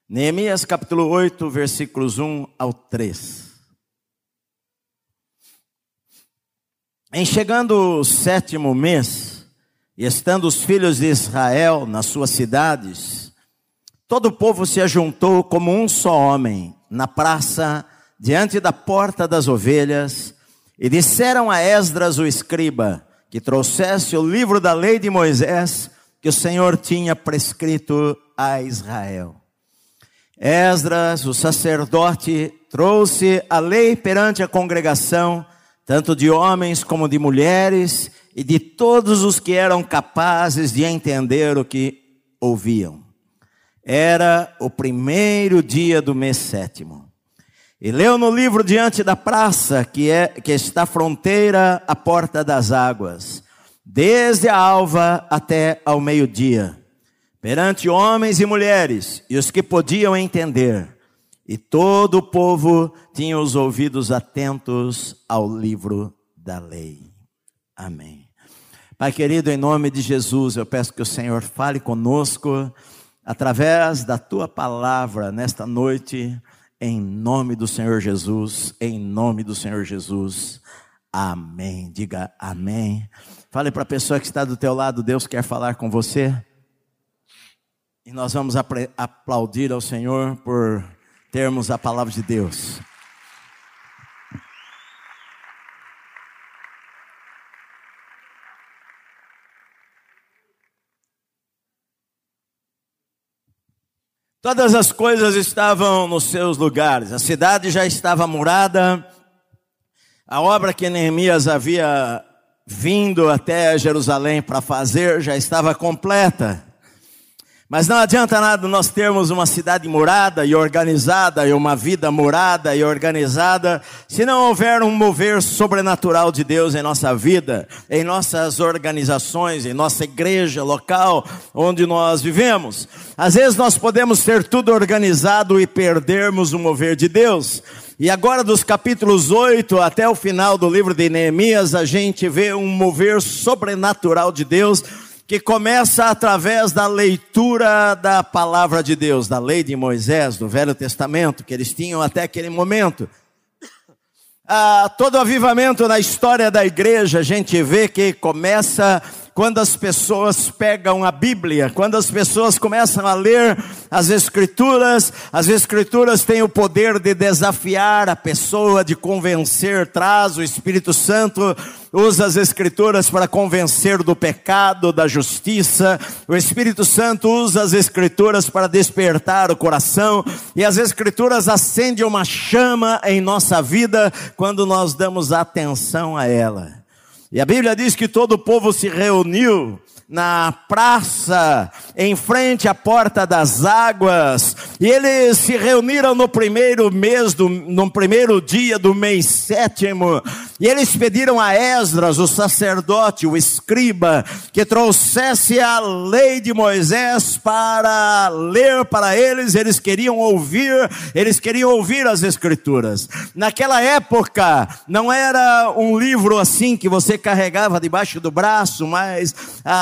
Neemias capítulo 8, versículos 1 ao 3. Em chegando o 7º mês, e estando os filhos de Israel nas suas cidades, todo o povo se ajuntou como um só homem, na praça, diante da porta das ovelhas, e disseram a Esdras o escriba, que trouxesse o livro da lei de Moisés, que o Senhor tinha prescrito a Israel. Esdras, o sacerdote, trouxe a lei perante a congregação, tanto de homens como de mulheres, e de todos os que eram capazes de entender o que ouviam. Era o 1º dia do mês 7º. E leu no livro diante da praça, que está fronteira à porta das águas, desde a alva até ao meio-dia, perante homens e mulheres, e os que podiam entender. E todo o povo tinha os ouvidos atentos ao livro da lei. Amém. Pai querido, em nome de Jesus, eu peço que o Senhor fale conosco, através da Tua palavra, nesta noite, em nome do Senhor Jesus, em nome do Senhor Jesus. Amém. Diga amém. Fale para a pessoa que está do teu lado, Deus quer falar com você. E nós vamos aplaudir ao Senhor por termos a palavra de Deus. Todas as coisas estavam nos seus lugares. A cidade já estava murada. A obra que Neemias havia vindo até Jerusalém para fazer já estava completa. Mas não adianta nada nós termos uma cidade murada e organizada, e uma vida murada e organizada, se não houver um mover sobrenatural de Deus em nossa vida, em nossas organizações, em nossa igreja local, onde nós vivemos. Às vezes nós podemos ter tudo organizado e perdermos o mover de Deus. E agora dos capítulos 8 até o final do livro de Neemias, a gente vê um mover sobrenatural de Deus, que começa através da leitura da palavra de Deus, da lei de Moisés, do Velho Testamento, que eles tinham até aquele momento. Todo avivamento na história da igreja, a gente vê que começa quando as pessoas pegam a Bíblia, quando as pessoas começam a ler as Escrituras têm o poder de desafiar a pessoa, de convencer, traz o Espírito Santo, usa as Escrituras para convencer do pecado, da justiça. O Espírito Santo usa as Escrituras para despertar o coração, e as Escrituras acendem uma chama em nossa vida quando nós damos atenção a ela. E a Bíblia diz que todo o povo se reuniu na praça, em frente à porta das águas, e eles se reuniram no primeiro dia do mês 7º, e eles pediram a Esdras, o sacerdote, o escriba, que trouxesse a lei de Moisés para ler para eles. Eles queriam ouvir as Escrituras. Naquela época, não era um livro assim que você carregava debaixo do braço, mas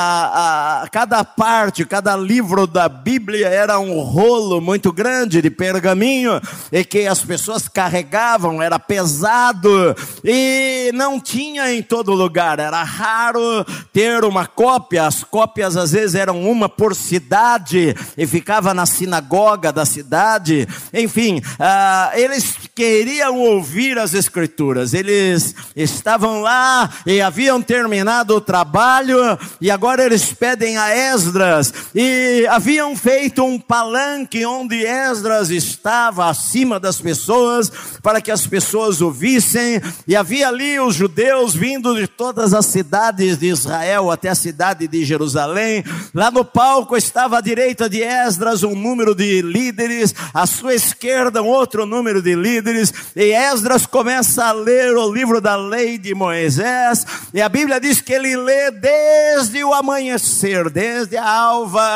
cada livro da Bíblia era um rolo muito grande de pergaminho, e que as pessoas carregavam, era pesado, e não tinha em todo lugar, era raro ter uma cópia. As cópias às vezes eram uma por cidade, e ficava na sinagoga da cidade. Enfim, eles queriam ouvir as Escrituras, eles estavam lá e haviam terminado o trabalho, e agora eles pedem a Esdras, e haviam feito um palanque onde Esdras estava acima das pessoas, para que as pessoas ouvissem, e havia ali os judeus vindo de todas as cidades de Israel até a cidade de Jerusalém. Lá no palco estava à direita de Esdras um número de líderes, à sua esquerda um outro número de líderes, e Esdras começa a ler o livro da lei de Moisés, e a Bíblia diz que ele lê desde o amanhecer, desde a alva,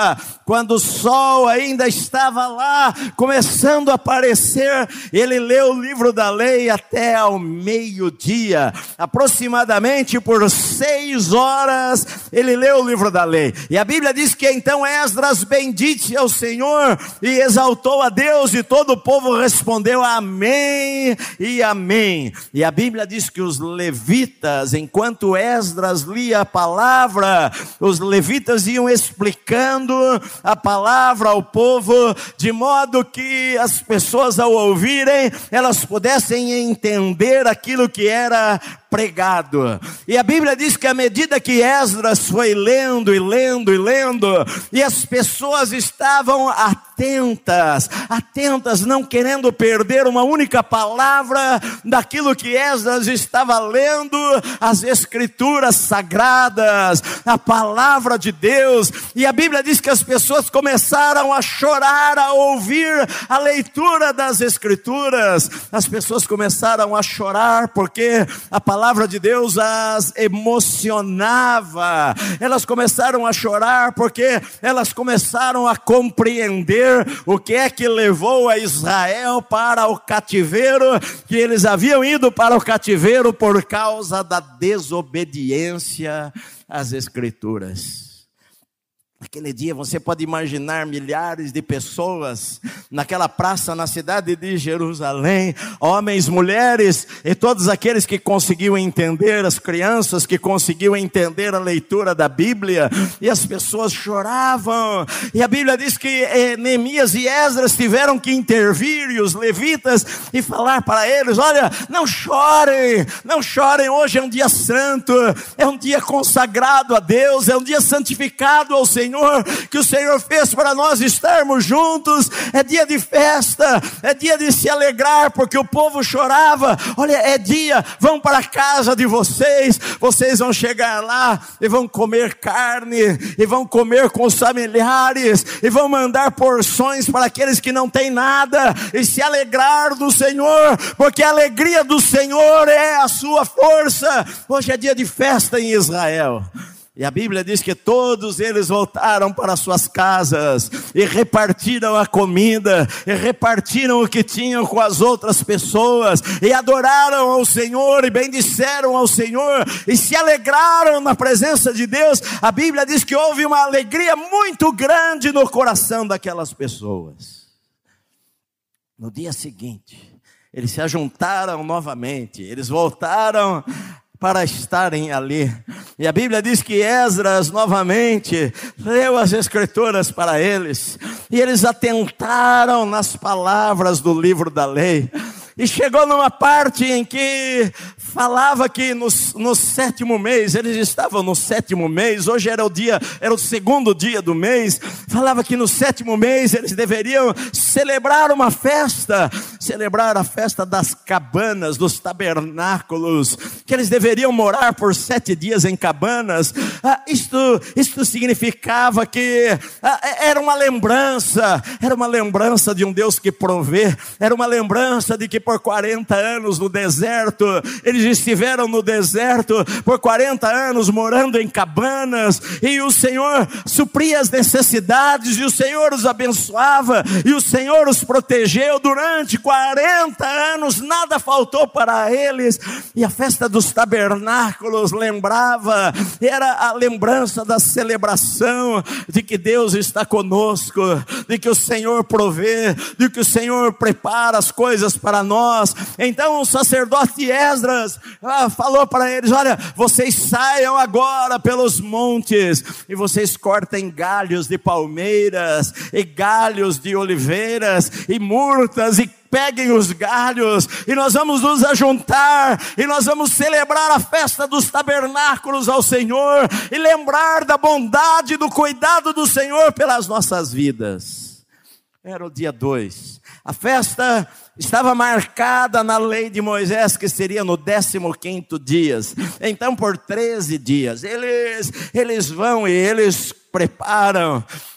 quando o sol ainda estava lá, começando a aparecer, ele leu o livro da lei até ao meio-dia, aproximadamente por 6 horas, ele leu o livro da lei. E a Bíblia diz que então Esdras bendisse ao Senhor e exaltou a Deus, e todo o povo respondeu amém e amém. E a Bíblia diz que os levitas, enquanto Esdras lia a palavra, os levitas iam explicando a palavra ao povo, de modo que as pessoas, ao ouvirem, elas pudessem entender aquilo que era pregado. E a Bíblia diz que à medida que Esdras foi lendo e lendo e lendo, e as pessoas estavam atentas, não querendo perder uma única palavra daquilo que Esdras estava lendo, as escrituras sagradas, a palavra de Deus. E a Bíblia diz que as pessoas começaram a chorar ao ouvir a leitura das escrituras. As pessoas começaram a chorar porque a palavra de Deus as emocionava. Elas começaram a chorar porque elas começaram a compreender o que é que levou a Israel para o cativeiro, que eles haviam ido para o cativeiro por causa da desobediência às escrituras. Naquele dia você pode imaginar milhares de pessoas naquela praça na cidade de Jerusalém, homens, mulheres e todos aqueles que conseguiam entender, as crianças que conseguiam entender a leitura da Bíblia, e as pessoas choravam. E a Bíblia diz que Neemias e Esdras tiveram que intervir, e os levitas, e falar para eles: olha, não chorem, hoje é um dia santo, é um dia consagrado a Deus, é um dia santificado ao Senhor, que o Senhor fez para nós estarmos juntos. É dia de festa, é dia de se alegrar, porque o povo chorava. Olha, é dia, vão para a casa de vocês vão chegar lá e vão comer carne, e vão comer com os familiares, e vão mandar porções para aqueles que não têm nada, e se alegrar do Senhor, porque a alegria do Senhor é a sua força. Hoje é dia de festa em Israel. E a Bíblia diz que todos eles voltaram para suas casas e repartiram a comida, e repartiram o que tinham com as outras pessoas, e adoraram ao Senhor, e bendisseram ao Senhor, e se alegraram na presença de Deus. A Bíblia diz que houve uma alegria muito grande no coração daquelas pessoas. No dia seguinte, eles se ajuntaram novamente, eles voltaram para estarem ali. E a Bíblia diz que Esdras novamente leu as escrituras para eles, e eles atentaram nas palavras do livro da lei. E chegou numa parte em que falava que no 7º mês, eles estavam no 7º mês, hoje era o 2º dia do mês, falava que no 7º mês eles deveriam celebrar uma festa, celebrar a festa das cabanas, dos tabernáculos, que eles deveriam morar por 7 dias em cabanas. Isto significava que era uma lembrança de um Deus que provê, era uma lembrança de que por 40 anos no deserto, eles estiveram no deserto por 40 anos morando em cabanas, e o Senhor supria as necessidades, e o Senhor os abençoava, e o Senhor os protegeu durante 40 anos, nada faltou para eles. E a festa dos tabernáculos lembrava, era a lembrança da celebração de que Deus está conosco, de que o Senhor provê, de que o Senhor prepara as coisas para nós. Então o sacerdote Esdras falou para eles: olha, vocês saiam agora pelos montes, e vocês cortem galhos de palmeiras, e galhos de oliveiras, e murtas, e peguem os galhos, e nós vamos nos ajuntar, e nós vamos celebrar a festa dos tabernáculos ao Senhor, e lembrar da bondade e do cuidado do Senhor pelas nossas vidas. Era o dia 2. A festa estava marcada na lei de Moisés, que seria no 15º dia. Então por 13 dias, eles vão e eles preparam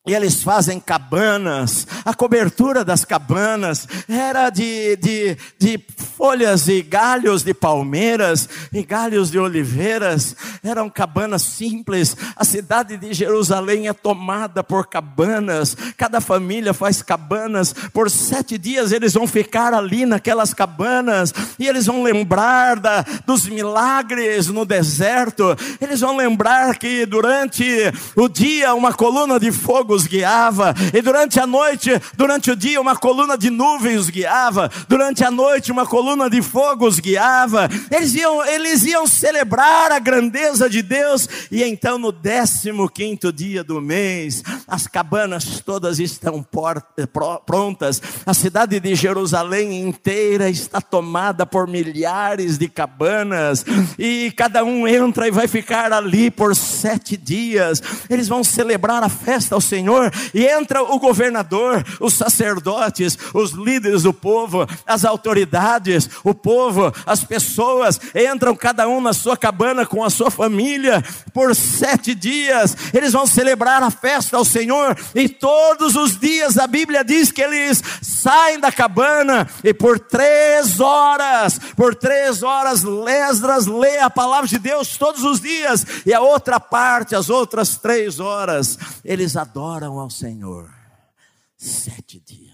E eles fazem cabanas. A cobertura das cabanas era de folhas e galhos de palmeiras e galhos de oliveiras. Eram cabanas simples. A cidade de Jerusalém é tomada por cabanas. Cada família faz cabanas. Por 7 dias eles vão ficar ali naquelas cabanas. E eles vão lembrar dos milagres no deserto. Eles vão lembrar que durante o dia uma coluna de fogo os guiava, e durante a noite, durante o dia uma coluna de nuvens os guiava, durante a noite uma coluna de fogo os guiava. Eles iam celebrar a grandeza de Deus. E então no 15º dia do mês, as cabanas todas estão prontas. A cidade de Jerusalém inteira está tomada por milhares de cabanas, e cada um entra e vai ficar ali por 7 dias. Eles vão celebrar a festa ao Senhor. E entra o governador, os sacerdotes, os líderes do povo, as autoridades, o povo, as pessoas, entram cada um na sua cabana com a sua família. Por 7 dias, eles vão celebrar a festa ao Senhor. E todos os dias a Bíblia diz que eles saem da cabana, e por 3 horas, Esdras lê a palavra de Deus todos os dias. E a outra parte, as outras 3 horas, eles adoram ao Senhor. 7 dias.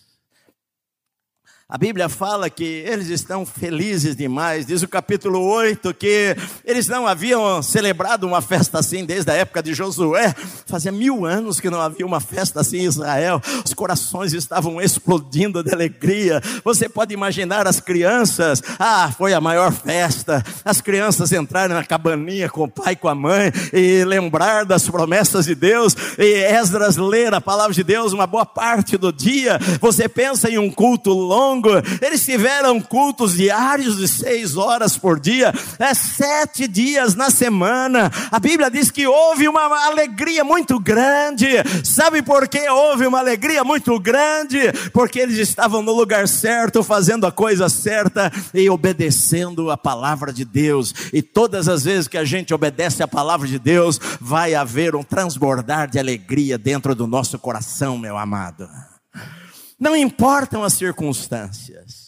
A Bíblia fala que eles estão felizes demais. Diz o capítulo 8 que eles não haviam celebrado uma festa assim desde a época de Josué. Fazia 1000 anos que não havia uma festa assim em Israel. Os corações estavam explodindo de alegria. Você pode imaginar as crianças. Foi a maior festa. As crianças entraram na cabaninha com o pai e com a mãe e lembrar das promessas de Deus. E Esdras ler a palavra de Deus uma boa parte do dia. Você pensa em um culto longo. Eles tiveram cultos diários de 6 horas por dia, 7 dias na semana. A Bíblia diz que houve uma alegria muito grande. Sabe por que houve uma alegria muito grande? Porque eles estavam no lugar certo, fazendo a coisa certa e obedecendo a palavra de Deus. E todas as vezes que a gente obedece a palavra de Deus, vai haver um transbordar de alegria dentro do nosso coração, meu amado. Não importam as circunstâncias.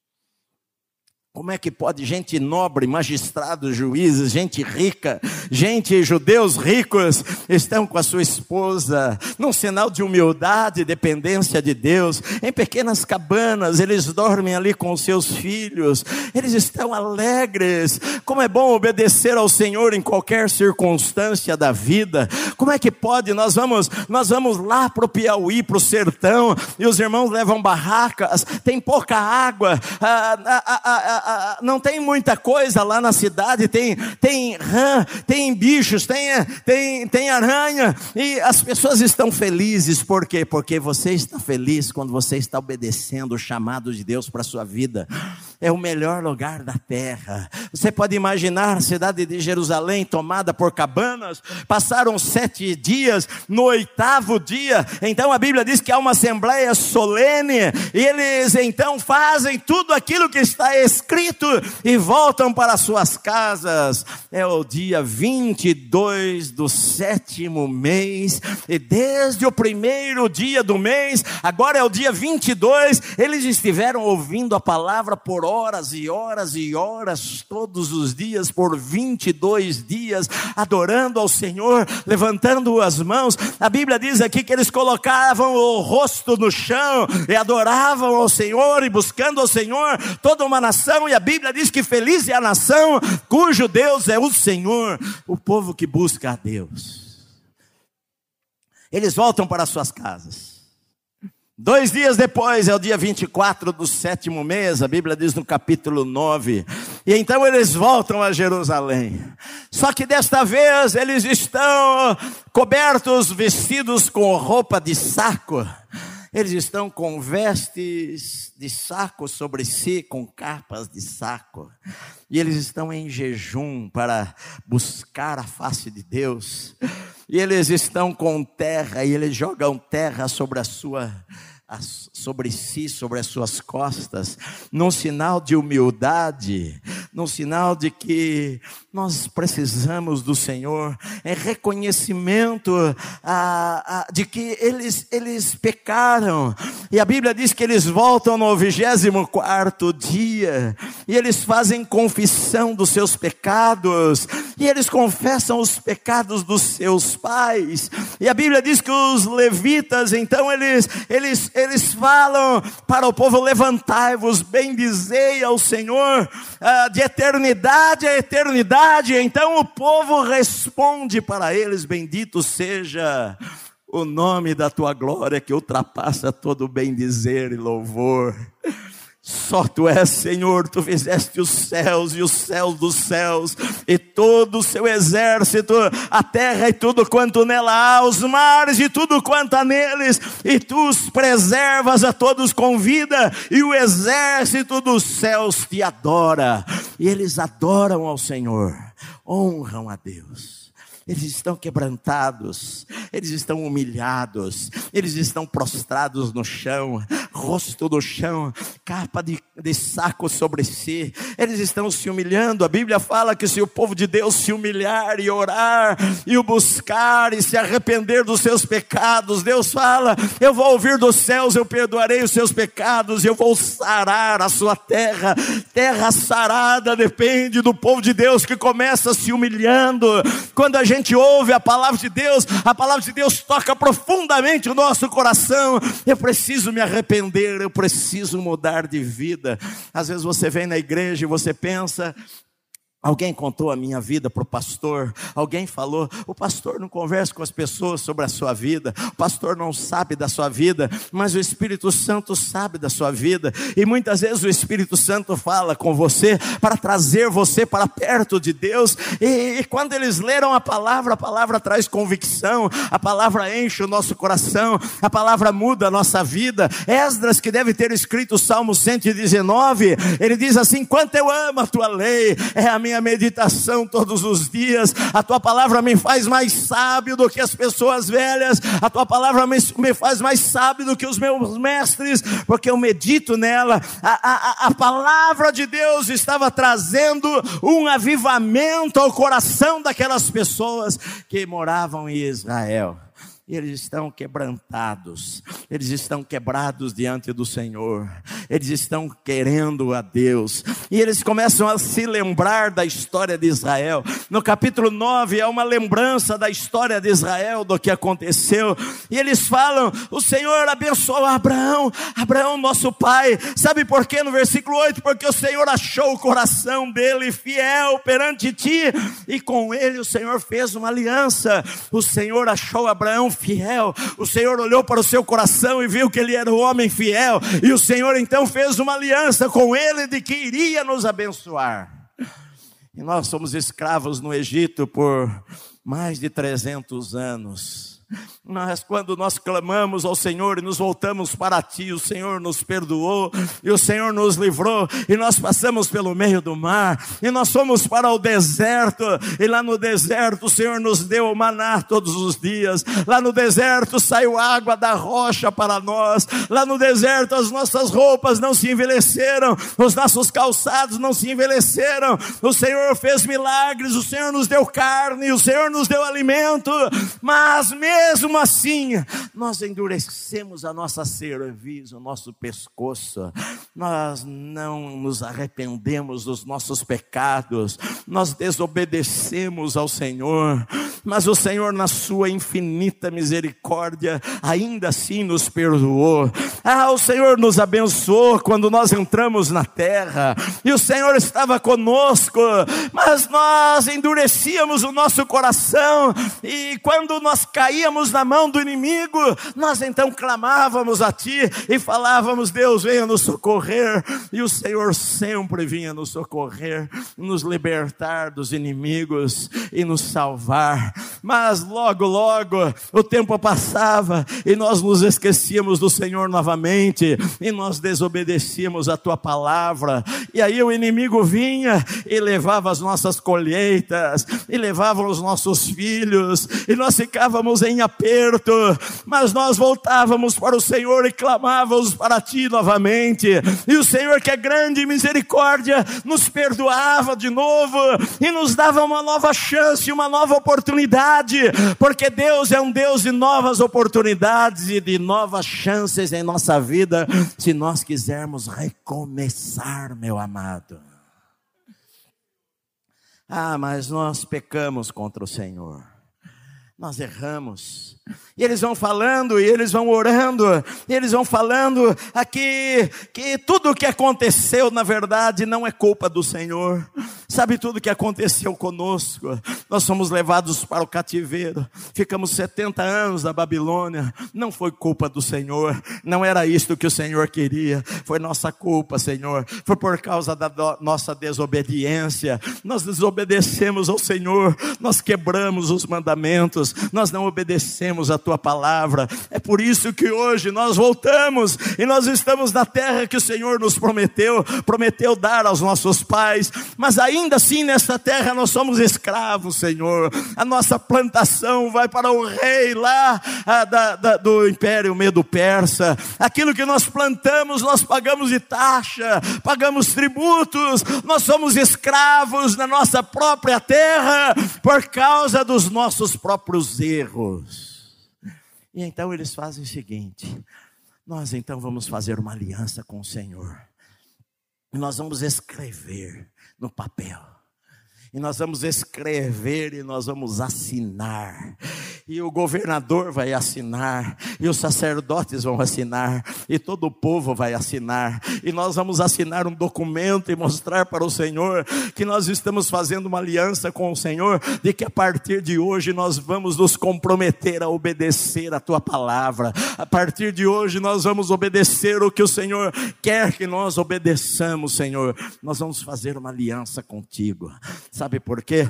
Como é que pode gente nobre, magistrados, juízes, gente rica, judeus ricos, estão com a sua esposa, num sinal de humildade e dependência de Deus, em pequenas cabanas, eles dormem ali com os seus filhos, eles estão alegres. Como é bom obedecer ao Senhor em qualquer circunstância da vida. Como é que pode? Nós vamos lá para o Piauí, para o sertão, e os irmãos levam barracas, tem pouca água, não tem muita coisa lá na cidade, tem rã, tem bichos, tem aranha, e as pessoas estão felizes. Por quê? Porque você está feliz quando você está obedecendo o chamado de Deus para a sua vida. É o melhor lugar da terra. Você pode imaginar a cidade de Jerusalém tomada por cabanas. Passaram 7 dias, no 8º dia, então a Bíblia diz que há uma assembleia solene, e eles então fazem tudo aquilo que está escrito e voltam para suas casas. É o dia 22 do 7º mês, e desde o 1º dia do mês, agora é o dia 22, eles estiveram ouvindo a palavra por horas e horas e horas, todos os dias, por 22 dias, adorando ao Senhor, levantando as mãos. A Bíblia diz aqui que eles colocavam o rosto no chão e adoravam ao Senhor, e buscando ao Senhor, toda uma nação. E a Bíblia diz que feliz é a nação cujo Deus é o Senhor, o povo que busca a Deus. Eles voltam para suas casas. 2 dias depois, é o dia 24 do 7º mês, a Bíblia diz no capítulo 9. E então eles voltam a Jerusalém. Só que desta vez eles estão cobertos, vestidos com roupa de saco. Eles estão com vestes de saco sobre si, com capas de saco. E eles estão em jejum para buscar a face de Deus. E eles estão com terra, e eles jogam terra sobre sobre si, sobre as suas costas, num sinal de humildade, num sinal de que nós precisamos do Senhor, é reconhecimento de que eles pecaram, e a Bíblia diz que eles voltam no 24º dia, e eles fazem confissão dos seus pecados, e eles confessam os pecados dos seus pais, e a Bíblia diz que os levitas, então eles falam para o povo: levantai-vos, bendizei ao Senhor, de eternidade a eternidade. Então o povo responde para eles: bendito seja o nome da tua glória, que ultrapassa todo bendizer e louvor. Só tu és, Senhor, tu fizeste os céus e os céus dos céus, e todo o seu exército, a terra e tudo quanto nela há, os mares e tudo quanto há neles, e tu os preservas a todos com vida, e o exército dos céus te adora. E eles adoram ao Senhor, honram a Deus. Eles estão quebrantados, eles estão humilhados, eles estão prostrados no chão, rosto no chão, capa de saco sobre si, eles estão se humilhando. A Bíblia fala que se o povo de Deus se humilhar e orar, e o buscar e se arrepender dos seus pecados, Deus fala: eu vou ouvir dos céus, eu perdoarei os seus pecados, eu vou sarar a sua terra. Terra sarada depende do povo de Deus que começa se humilhando. Quando a gente ouve a palavra de Deus toca profundamente o nosso coração. Eu preciso me arrepender, eu preciso mudar de vida. Às vezes você vem na igreja e você pensa: alguém contou a minha vida para o pastor, alguém falou. O pastor não conversa com as pessoas sobre a sua vida, o pastor não sabe da sua vida, mas o Espírito Santo sabe da sua vida, e muitas vezes o Espírito Santo fala com você para trazer você para perto de Deus, e quando eles leram a palavra traz convicção, a palavra enche o nosso coração, a palavra muda a nossa vida. Esdras, que deve ter escrito o Salmo 119, ele diz assim: quanto eu amo a tua lei, é a minha meditação todos os dias. A tua palavra me faz mais sábio do que as pessoas velhas, a tua palavra me faz mais sábio do que os meus mestres, porque eu medito nela. A palavra de Deus estava trazendo um avivamento ao coração daquelas pessoas que moravam em Israel. E eles estão quebrantados, eles estão quebrados diante do Senhor, eles estão querendo a Deus, e eles começam a se lembrar da história de Israel. No capítulo 9 é uma lembrança da história de Israel, do que aconteceu, e eles falam: o Senhor abençoou Abraão, nosso pai. Sabe por quê? No versículo 8, porque o Senhor achou o coração dele fiel perante ti, e com ele o Senhor fez uma aliança. O Senhor achou Abraão fiel, o Senhor olhou para o seu coração e viu que ele era um homem fiel, e o Senhor então fez uma aliança com ele de que iria nos abençoar. E nós somos escravos no Egito por mais de 300 anos. Mas quando nós clamamos ao Senhor e nos voltamos para ti, o Senhor nos perdoou, e o Senhor nos livrou, e nós passamos pelo meio do mar, e nós fomos para o deserto, e lá no deserto o Senhor nos deu o maná todos os dias. Lá no deserto saiu água da rocha para nós. Lá no deserto as nossas roupas não se envelheceram, os nossos calçados não se envelheceram. O Senhor fez milagres, o Senhor nos deu carne, o Senhor nos deu alimento, mas mesmo assim, nós endurecemos a nossa cerviz, o nosso pescoço. Nós não nos arrependemos dos nossos pecados. Nós desobedecemos ao Senhor. Mas o Senhor, na sua infinita misericórdia, ainda assim nos perdoou. O Senhor nos abençoou quando nós entramos na terra. E o Senhor estava conosco. Mas nós endurecíamos o nosso coração. E quando nós caíamos na mão do inimigo, nós então clamávamos a ti e falávamos: Deus, venha nos socorrer. E o Senhor sempre vinha nos socorrer, nos libertar dos inimigos e nos salvar. Mas logo o tempo passava e nós nos esquecíamos do Senhor novamente, e nós desobedecíamos a tua palavra, e aí o inimigo vinha e levava as nossas colheitas, e levava os nossos filhos, e nós ficávamos em aperto. mas nós voltávamos para o Senhor e clamávamos para Ti novamente, e o Senhor, que é grande em misericórdia, nos perdoava de novo, e nos dava uma nova chance, uma nova oportunidade, porque Deus é um Deus de novas oportunidades e de novas chances em nossa vida, se nós quisermos recomeçar, meu amado. Mas nós pecamos contra o Senhor, nós erramos. E eles vão falando, e eles vão orando, e eles vão falando aqui que tudo o que aconteceu, na verdade, não é culpa do Senhor. Sabe, tudo o que aconteceu conosco, nós fomos levados para o cativeiro, ficamos 70 anos na Babilônia, não foi culpa do Senhor, não era isto que o Senhor queria, foi nossa culpa, Senhor, foi por causa da nossa desobediência, nós desobedecemos ao Senhor, nós quebramos os mandamentos, nós não obedecemos a Tua palavra, é por isso que hoje nós voltamos, e nós estamos na terra que o Senhor nos prometeu dar aos nossos pais, mas ainda assim nessa terra nós somos escravos, Senhor. A nossa plantação vai para o rei lá do Império Medo-Persa. Aquilo que nós plantamos, nós pagamos de taxa, pagamos tributos, nós somos escravos na nossa própria terra, por causa dos nossos próprios erros. E então eles fazem o seguinte: nós então vamos fazer uma aliança com o Senhor, e nós vamos escrever no papel, e nós vamos escrever, e nós vamos assinar, e o governador vai assinar, e os sacerdotes vão assinar, e todo o povo vai assinar, e nós vamos assinar um documento e mostrar para o Senhor que nós estamos fazendo uma aliança com o Senhor, de que a partir de hoje nós vamos nos comprometer a obedecer a Tua palavra. A partir de hoje nós vamos obedecer o que o Senhor quer que nós obedeçamos, Senhor. Nós vamos fazer uma aliança contigo. Sabe por quê?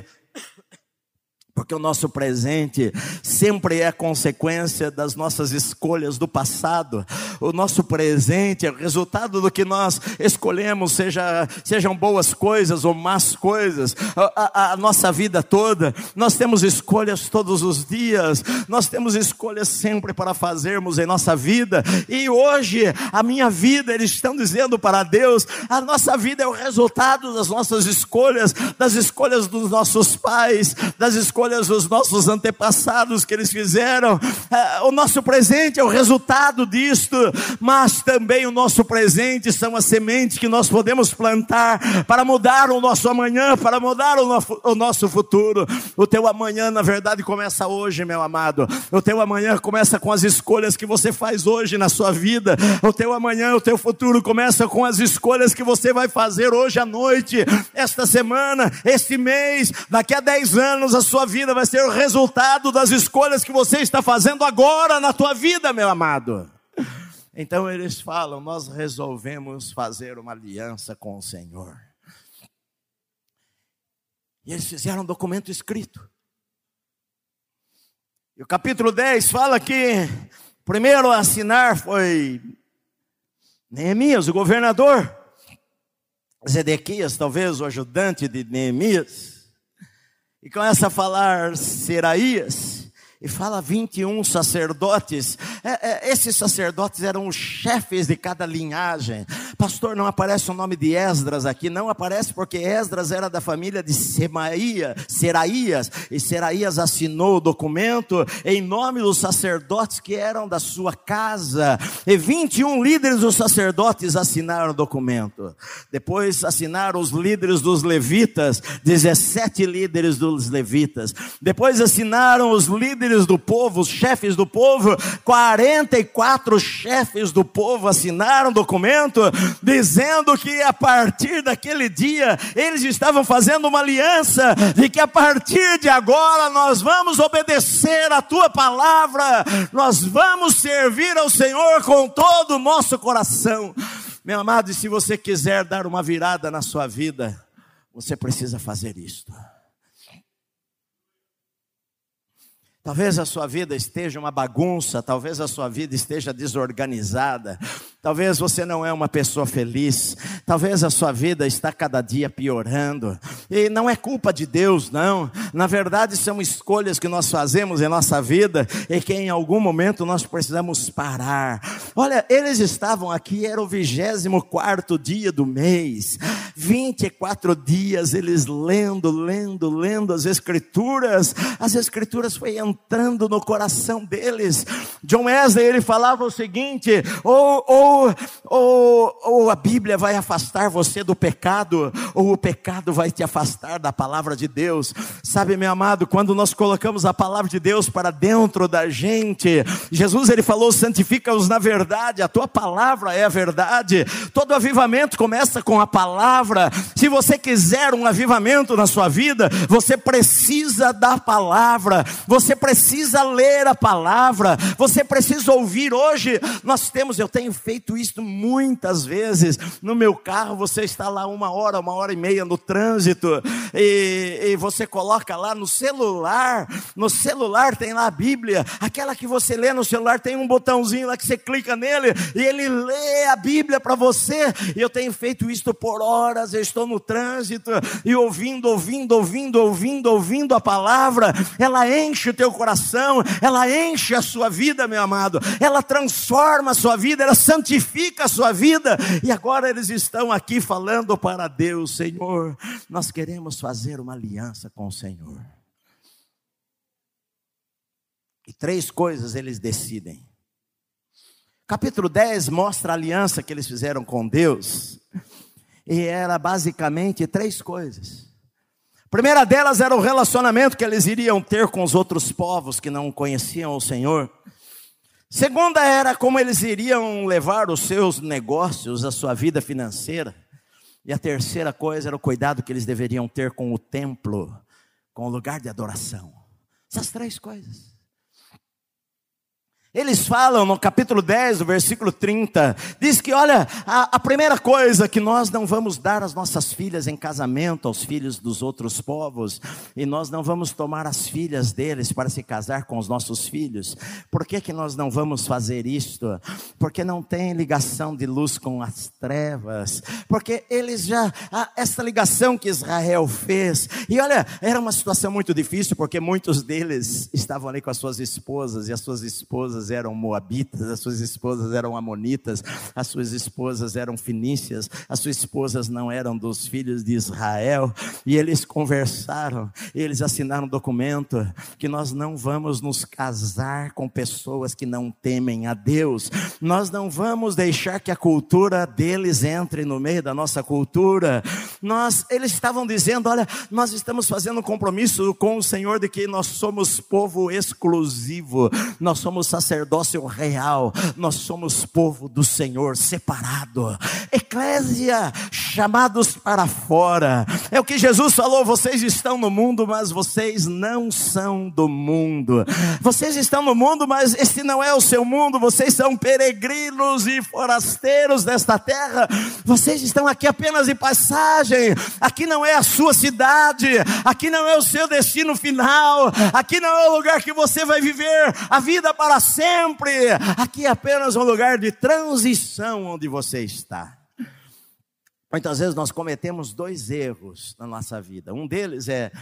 Porque o nosso presente sempre é consequência das nossas escolhas do passado. O nosso presente é o resultado do que nós escolhemos, sejam boas coisas ou más coisas. A nossa vida toda, nós temos escolhas todos os dias, nós temos escolhas sempre para fazermos em nossa vida. E hoje, a minha vida, eles estão dizendo para Deus, a nossa vida é o resultado das nossas escolhas, das escolhas dos nossos pais, das escolhas dos nossos antepassados que eles fizeram. O nosso presente é o resultado disto, mas também o nosso presente são as sementes que nós podemos plantar para mudar o nosso amanhã, para mudar o nosso futuro. O teu amanhã, na verdade, começa hoje, meu amado. O teu amanhã começa com as escolhas que você faz hoje na sua vida. O teu amanhã, o teu futuro começa com as escolhas que você vai fazer hoje à noite, esta semana, este mês. Daqui a 10 anos a sua vida vai ser o resultado das escolhas que você está fazendo agora na tua vida, meu amado. Então eles falam, nós resolvemos fazer uma aliança com o Senhor. E eles fizeram um documento escrito. E o capítulo 10 fala que primeiro a assinar foi Neemias, o governador. Zedequias, talvez o ajudante de Neemias. E começa a falar Seraías, e fala 21 sacerdotes. Esses sacerdotes eram os chefes de cada linhagem. Pastor, não aparece o nome de Esdras aqui. Não aparece porque Esdras era da família de Seraías, e Seraías assinou o documento em nome dos sacerdotes que eram da sua casa. E 21 líderes dos sacerdotes assinaram o documento. Depois assinaram os líderes dos levitas, 17 líderes dos levitas. Depois assinaram os líderes do povo, os chefes do povo. 44 chefes do povo assinaram o documento, dizendo que a partir daquele dia eles estavam fazendo uma aliança, de que a partir de agora nós vamos obedecer a tua palavra, nós vamos servir ao Senhor com todo o nosso coração. Meu amado, e se você quiser dar uma virada na sua vida, você precisa fazer isto. Talvez a sua vida esteja uma bagunça, talvez a sua vida esteja desorganizada, talvez você não é uma pessoa feliz, talvez a sua vida está cada dia piorando, e não é culpa de Deus não, Na verdade, são escolhas que nós fazemos em nossa vida e que em algum momento nós precisamos parar. Olha, eles estavam aqui, era o 24º dia do mês, 24 dias eles lendo as escrituras foi entrando no coração deles. John Wesley, ele falava o seguinte: ou a Bíblia vai afastar você do pecado, ou o pecado vai te afastar da palavra de Deus. Sabe, meu amado, quando nós colocamos a palavra de Deus para dentro da gente, Jesus, ele falou: santifica-os na verdade, a tua palavra é a verdade. Todo avivamento começa com a palavra. Se você quiser um avivamento na sua vida, você precisa da palavra, você precisa ler a palavra, você precisa ouvir. Hoje eu tenho feito isso muitas vezes no meu carro. Você está lá 1h, 1h30 no trânsito, e você coloca lá no celular tem lá a Bíblia, aquela que você lê no celular, tem um botãozinho lá que você clica nele, e ele lê a Bíblia para você. E eu tenho feito isso por horas. Eu estou no trânsito e ouvindo a palavra. Ela enche o teu coração, ela enche a sua vida, meu amado, ela transforma a sua vida, ela santifica a sua vida. E agora eles estão aqui falando para Deus: Senhor, nós queremos fazer uma aliança com o Senhor. E 3 coisas eles decidem. Capítulo 10 mostra a aliança que eles fizeram com Deus, e era basicamente 3 coisas. A primeira delas era o relacionamento que eles iriam ter com os outros povos que não conheciam o Senhor. Segunda era como eles iriam levar os seus negócios, a sua vida financeira. E a terceira coisa era o cuidado que eles deveriam ter com o templo, com o lugar de adoração. Essas 3 coisas. Eles falam no capítulo 10, do versículo 30, diz que olha, a primeira coisa, que nós não vamos dar as nossas filhas em casamento aos filhos dos outros povos, e nós não vamos tomar as filhas deles para se casar com os nossos filhos. Por que nós não vamos fazer isto? Porque não tem ligação de luz com as trevas, porque eles essa ligação que Israel fez, e olha, era uma situação muito difícil, porque muitos deles estavam ali com as suas esposas, e as suas esposas eram moabitas, as suas esposas eram amonitas, as suas esposas eram fenícias, as suas esposas não eram dos filhos de Israel. E eles conversaram, eles assinaram um documento que nós não vamos nos casar com pessoas que não temem a Deus. Nós não vamos deixar que a cultura deles entre no meio da nossa cultura. Eles estavam dizendo: olha, nós estamos fazendo um compromisso com o Senhor de que nós somos povo exclusivo, nós somos sacerdócio real, nós somos povo do Senhor, separado, eclésia, chamados para fora. É o que Jesus falou: vocês estão no mundo, mas vocês não são do mundo. Vocês estão no mundo, mas este não é o seu mundo. Vocês são peregrinos e forasteiros desta terra. Vocês estão aqui apenas de passagem. Aqui não é a sua cidade, aqui não é o seu destino final, aqui não é o lugar que você vai viver a vida para sempre. Aqui é apenas um lugar de transição onde você está. Muitas vezes nós cometemos 2 erros na nossa vida. Um deles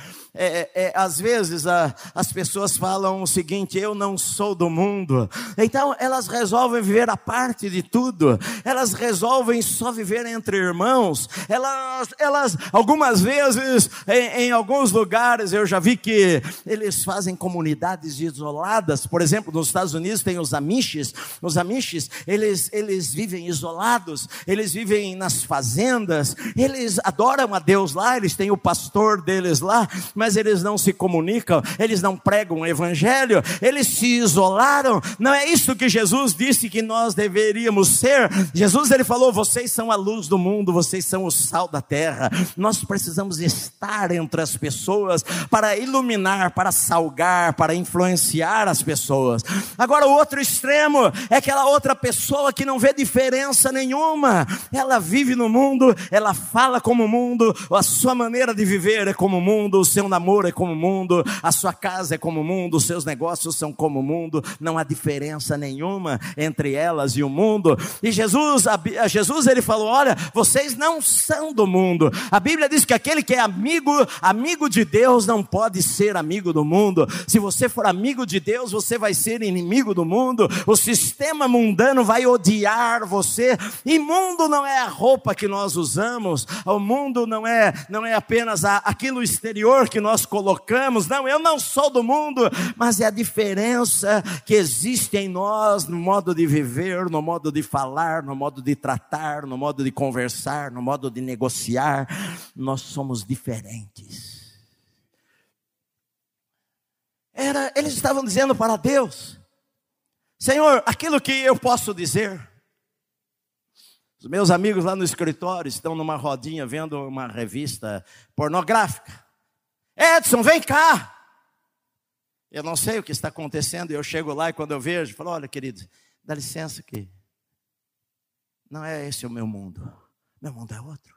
às vezes as pessoas falam o seguinte: eu não sou do mundo. Então elas resolvem viver a parte de tudo. Elas resolvem só viver entre irmãos. Elas algumas vezes, em alguns lugares, eu já vi que eles fazem comunidades isoladas. Por exemplo, nos Estados Unidos tem os Amishes. Os Amishes, eles vivem isolados. Eles vivem nas fazendas. Eles adoram a Deus lá, eles têm o pastor deles lá, mas eles não se comunicam, eles não pregam o evangelho, eles se isolaram. Não é isso que Jesus disse que nós deveríamos ser. Jesus, ele falou: vocês são a luz do mundo, vocês são o sal da terra. Nós precisamos estar entre as pessoas para iluminar, para salgar, para influenciar as pessoas. Agora, o outro extremo é aquela outra pessoa que não vê diferença nenhuma. Ela vive no mundo, mundo, ela fala como o mundo, a sua maneira de viver é como o mundo, o seu namoro é como o mundo, a sua casa é como o mundo, os seus negócios são como o mundo, não há diferença nenhuma entre elas e o mundo. E Jesus ele falou, olha, vocês não são do mundo. A Bíblia diz que aquele que é amigo de Deus não pode ser amigo do mundo. Se você for amigo de Deus, você vai ser inimigo do mundo. O sistema mundano vai odiar você. E mundo não é a roupa que nós usamos. O mundo não é apenas aquilo exterior que nós colocamos. Não, eu não sou do mundo, mas é a diferença que existe em nós no modo de viver, no modo de falar, no modo de tratar, no modo de conversar, no modo de negociar. Nós somos diferentes. Eles estavam dizendo para Deus, Senhor, aquilo que eu posso dizer. Os meus amigos lá no escritório estão numa rodinha vendo uma revista pornográfica. Edson, vem cá. Eu não sei o que está acontecendo, e eu chego lá e quando eu vejo, falo, olha querido, dá licença que não é esse o meu mundo é outro.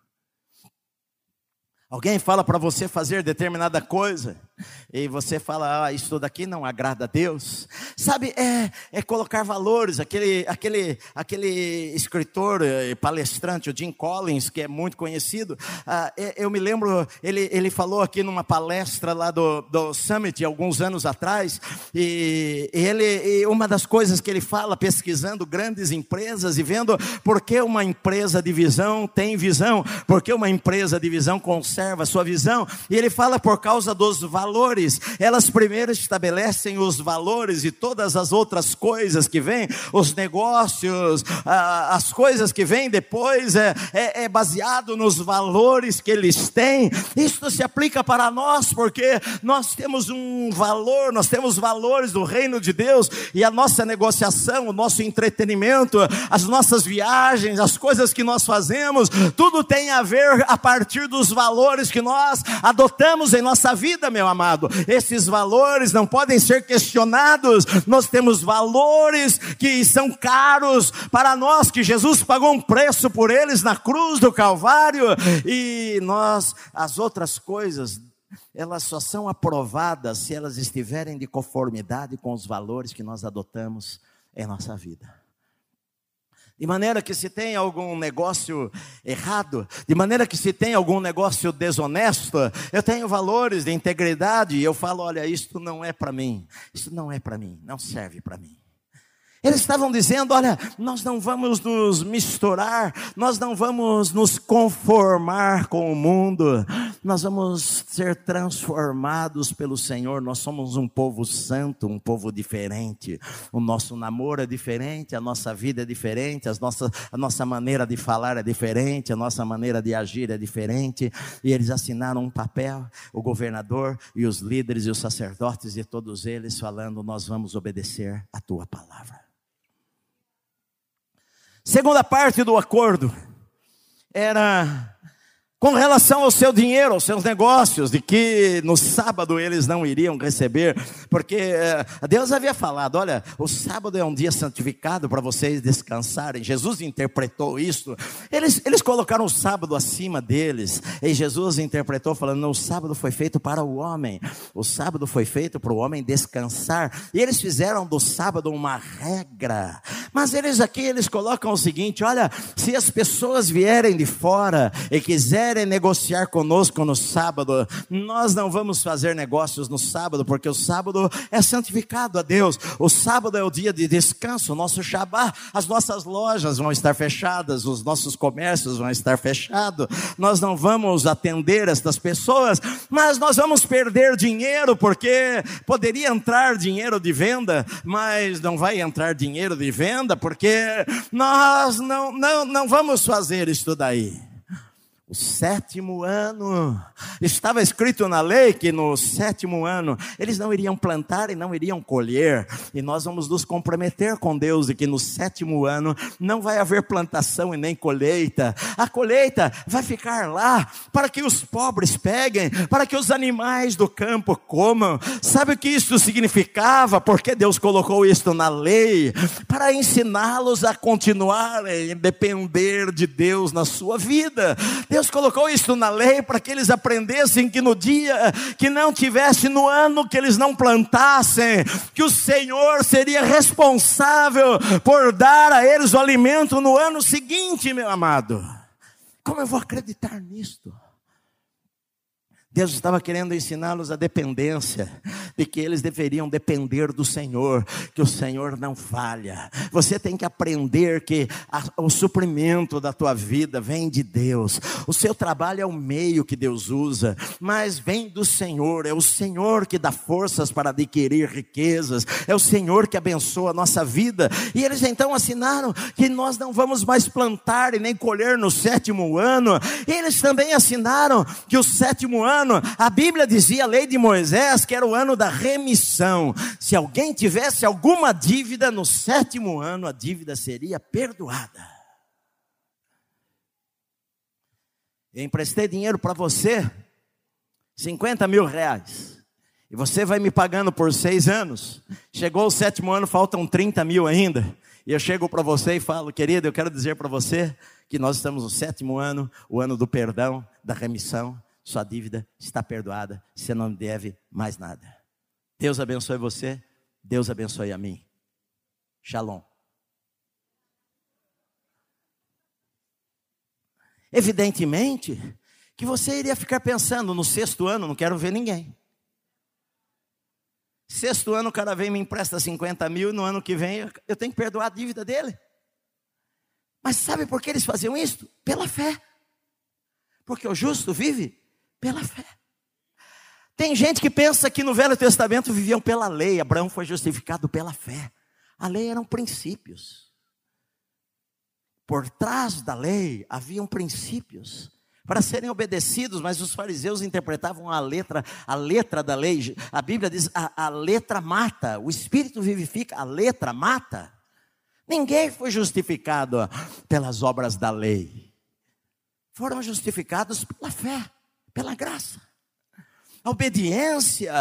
Alguém fala para você fazer determinada coisa e você fala, isso daqui não agrada a Deus. Sabe, é colocar valores. Aquele escritor e palestrante, o Jim Collins, que é muito conhecido, eu me lembro, ele falou aqui numa palestra lá do Summit, alguns anos atrás, e uma das coisas que ele fala, pesquisando grandes empresas e vendo por que uma empresa de visão tem visão, por que uma empresa de visão conserva a sua visão, e ele fala por causa dos valores. Elas primeiro estabelecem os valores e todas as outras coisas que vêm, os negócios, as coisas que vêm depois, é baseado nos valores que eles têm. Isso se aplica para nós, porque nós temos um valor, nós temos valores do reino de Deus, e a nossa negociação, o nosso entretenimento, as nossas viagens, as coisas que nós fazemos, tudo tem a ver a partir dos valores que nós adotamos em nossa vida, meu amado. Esses valores não podem ser questionados. Nós temos valores que são caros para nós, que Jesus pagou um preço por eles na cruz do Calvário, e as outras coisas, elas só são aprovadas se elas estiverem de conformidade com os valores que nós adotamos em nossa vida. De maneira que se tem algum negócio errado, de maneira que se tem algum negócio desonesto, eu tenho valores de integridade e eu falo, olha, isto não é para mim, isso não é para mim, não serve para mim. Eles estavam dizendo, olha, nós não vamos nos misturar, nós não vamos nos conformar com o mundo, nós vamos ser transformados pelo Senhor. Nós somos um povo santo, um povo diferente, o nosso namoro é diferente, a nossa vida é diferente, a nossa maneira de falar é diferente, a nossa maneira de agir é diferente. E eles assinaram um papel, o governador e os líderes e os sacerdotes e todos eles falando, nós vamos obedecer a tua palavra. Segunda parte do acordo era com relação ao seu dinheiro, aos seus negócios, de que no sábado eles não iriam receber, porque Deus havia falado, olha, o sábado é um dia santificado para vocês descansarem. Jesus interpretou isso, eles colocaram o sábado acima deles, e Jesus interpretou falando, não, o sábado foi feito para o homem, o sábado foi feito para o homem descansar, e eles fizeram do sábado uma regra. Mas eles colocam o seguinte, olha, se as pessoas vierem de fora e quiserem negociar conosco no sábado, nós não vamos fazer negócios no sábado, porque o sábado é santificado a Deus. O sábado é o dia de descanso, o nosso Shabá. As nossas lojas vão estar fechadas, os nossos comércios vão estar fechados, nós não vamos atender estas pessoas, mas nós vamos perder dinheiro, porque poderia entrar dinheiro de venda, mas não vai entrar dinheiro de venda, porque nós não vamos fazer isso daí. O 7º ano, estava escrito na lei que no 7º ano eles não iriam plantar e não iriam colher, e nós vamos nos comprometer com Deus de que no 7º ano não vai haver plantação e nem colheita. A colheita vai ficar lá para que os pobres peguem, para que os animais do campo comam. Sabe o que isso significava? Porque Deus colocou isso na lei? Para ensiná-los a continuarem a depender de Deus na sua vida. Deus colocou isso na lei para que eles aprendessem que no dia que não tivesse, no ano que eles não plantassem, que o Senhor seria responsável por dar a eles o alimento no ano seguinte, meu amado. Como eu vou acreditar nisto? Deus estava querendo ensiná-los a dependência, de que eles deveriam depender do Senhor, que o Senhor não falha. Você tem que aprender que o suprimento da tua vida vem de Deus. O seu trabalho é o meio que Deus usa, mas vem do Senhor. É o Senhor que dá forças para adquirir riquezas, é o Senhor que abençoa a nossa vida. E eles então ensinaram que nós não vamos mais plantar e nem colher no 7º ano. E eles também ensinaram que o 7º ano, a Bíblia dizia, a lei de Moisés, que era o ano da remissão. Se alguém tivesse alguma dívida, no 7º ano a dívida seria perdoada. Eu emprestei dinheiro para você, 50 mil reais, e você vai me pagando por 6 anos. Chegou o 7º ano, faltam 30 mil ainda, e eu chego para você e falo: querido, eu quero dizer para você que nós estamos no 7º ano, o ano do perdão, da remissão. Sua dívida está perdoada, você não deve mais nada. Deus abençoe você, Deus abençoe a mim. Shalom. Evidentemente que você iria ficar pensando: no 6º ano não quero ver ninguém. 6º ano o cara vem e me empresta 50 mil, e no ano que vem eu tenho que perdoar a dívida dele. Mas sabe por que eles faziam isso? Pela fé. Porque o justo vive pela fé. Tem gente que pensa que no Velho Testamento viviam pela lei. Abraão foi justificado pela fé. A lei eram princípios. Por trás da lei haviam princípios para serem obedecidos, mas os fariseus interpretavam a letra da lei. A Bíblia diz: a letra mata, o Espírito vivifica, a letra mata. Ninguém foi justificado pelas obras da lei. Foram justificados pela fé, pela graça. A obediência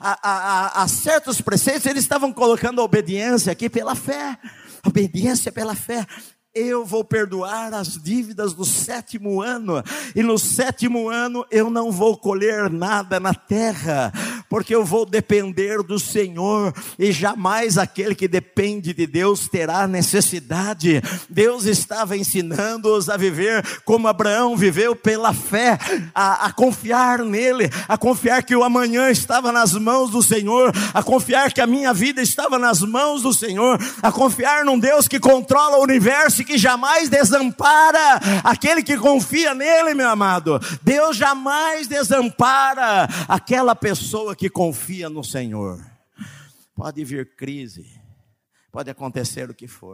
a certos preceitos, eles estavam colocando a obediência aqui pela fé. Obediência pela fé. Eu vou perdoar as dívidas do 7º ano, e no 7º ano eu não vou colher nada na terra, porque eu vou depender do Senhor, e jamais aquele que depende de Deus terá necessidade. Deus estava ensinando-os a viver como Abraão viveu, pela fé, a confiar nele, a confiar que o amanhã estava nas mãos do Senhor, a confiar que a minha vida estava nas mãos do Senhor, a confiar num Deus que controla o universo, que jamais desampara aquele que confia nele, meu amado. Deus jamais desampara aquela pessoa que confia no Senhor. Pode vir crise, pode acontecer o que for.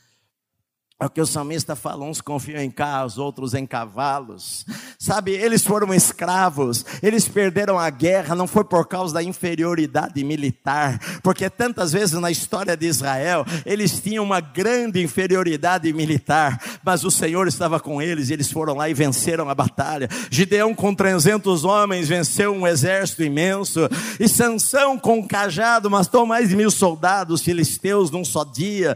É o que o salmista fala: uns confiam em carros, outros em cavalos. Sabe, eles foram escravos, eles perderam a guerra, não foi por causa da inferioridade militar, porque tantas vezes na história de Israel, eles tinham uma grande inferioridade militar, mas o Senhor estava com eles, e eles foram lá e venceram a batalha. Gideão com 300 homens venceu um exército imenso, e Sansão com um cajado matou mais de 1000 soldados filisteus num só dia,